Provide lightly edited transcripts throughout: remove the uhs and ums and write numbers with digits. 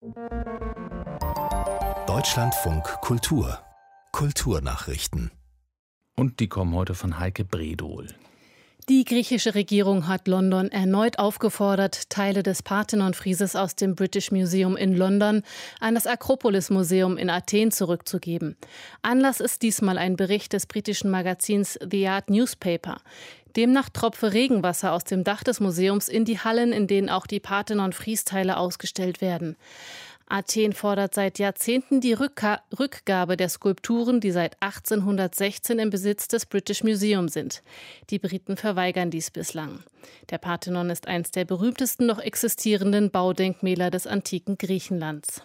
Deutschlandfunk Kultur. Kulturnachrichten. Und die kommen heute von Heike Bredohl. Die griechische Regierung hat London erneut aufgefordert, Teile des Parthenon-Frieses aus dem British Museum in London an das Akropolis-Museum in Athen zurückzugeben. Anlass ist diesmal ein Bericht des britischen Magazins The Art Newspaper. Demnach tropfe Regenwasser aus dem Dach des Museums in die Hallen, in denen auch die Parthenon-Friesteile ausgestellt werden. Athen fordert seit Jahrzehnten die Rückgabe der Skulpturen, die seit 1816 im Besitz des British Museum sind. Die Briten verweigern dies bislang. Der Parthenon ist eines der berühmtesten noch existierenden Baudenkmäler des antiken Griechenlands.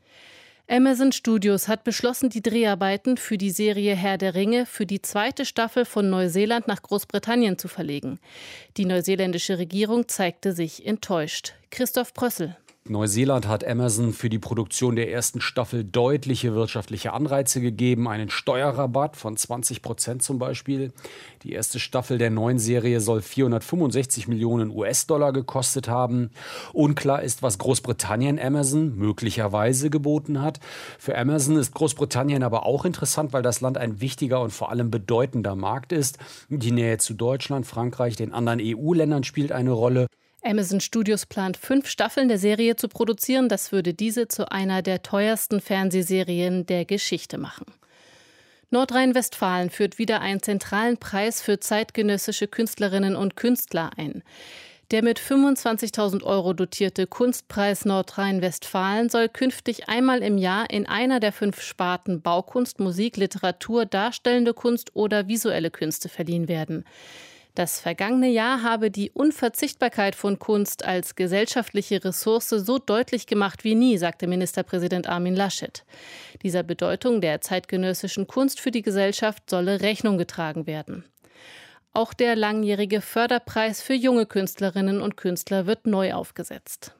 Amazon Studios hat beschlossen, die Dreharbeiten für die Serie Herr der Ringe für die zweite Staffel von Neuseeland nach Großbritannien zu verlegen. Die neuseeländische Regierung zeigte sich enttäuscht. Christoph Prössel. Neuseeland hat Amazon für die Produktion der ersten Staffel deutliche wirtschaftliche Anreize gegeben, einen Steuerrabatt von 20% zum Beispiel. Die erste Staffel der neuen Serie soll 465 Millionen US-Dollar gekostet haben. Unklar ist, was Großbritannien Amazon möglicherweise geboten hat. Für Amazon ist Großbritannien aber auch interessant, weil das Land ein wichtiger und vor allem bedeutender Markt ist. Die Nähe zu Deutschland, Frankreich, den anderen EU-Ländern spielt eine Rolle. Amazon Studios plant 5 Staffeln der Serie zu produzieren. Das würde diese zu einer der teuersten Fernsehserien der Geschichte machen. Nordrhein-Westfalen führt wieder einen zentralen Preis für zeitgenössische Künstlerinnen und Künstler ein. Der mit 25.000 € dotierte Kunstpreis Nordrhein-Westfalen soll künftig einmal im Jahr in einer der 5 Sparten Baukunst, Musik, Literatur, darstellende Kunst oder visuelle Künste verliehen werden. Das vergangene Jahr habe die Unverzichtbarkeit von Kunst als gesellschaftliche Ressource so deutlich gemacht wie nie, sagte Ministerpräsident Armin Laschet. Dieser Bedeutung der zeitgenössischen Kunst für die Gesellschaft solle Rechnung getragen werden. Auch der langjährige Förderpreis für junge Künstlerinnen und Künstler wird neu aufgesetzt.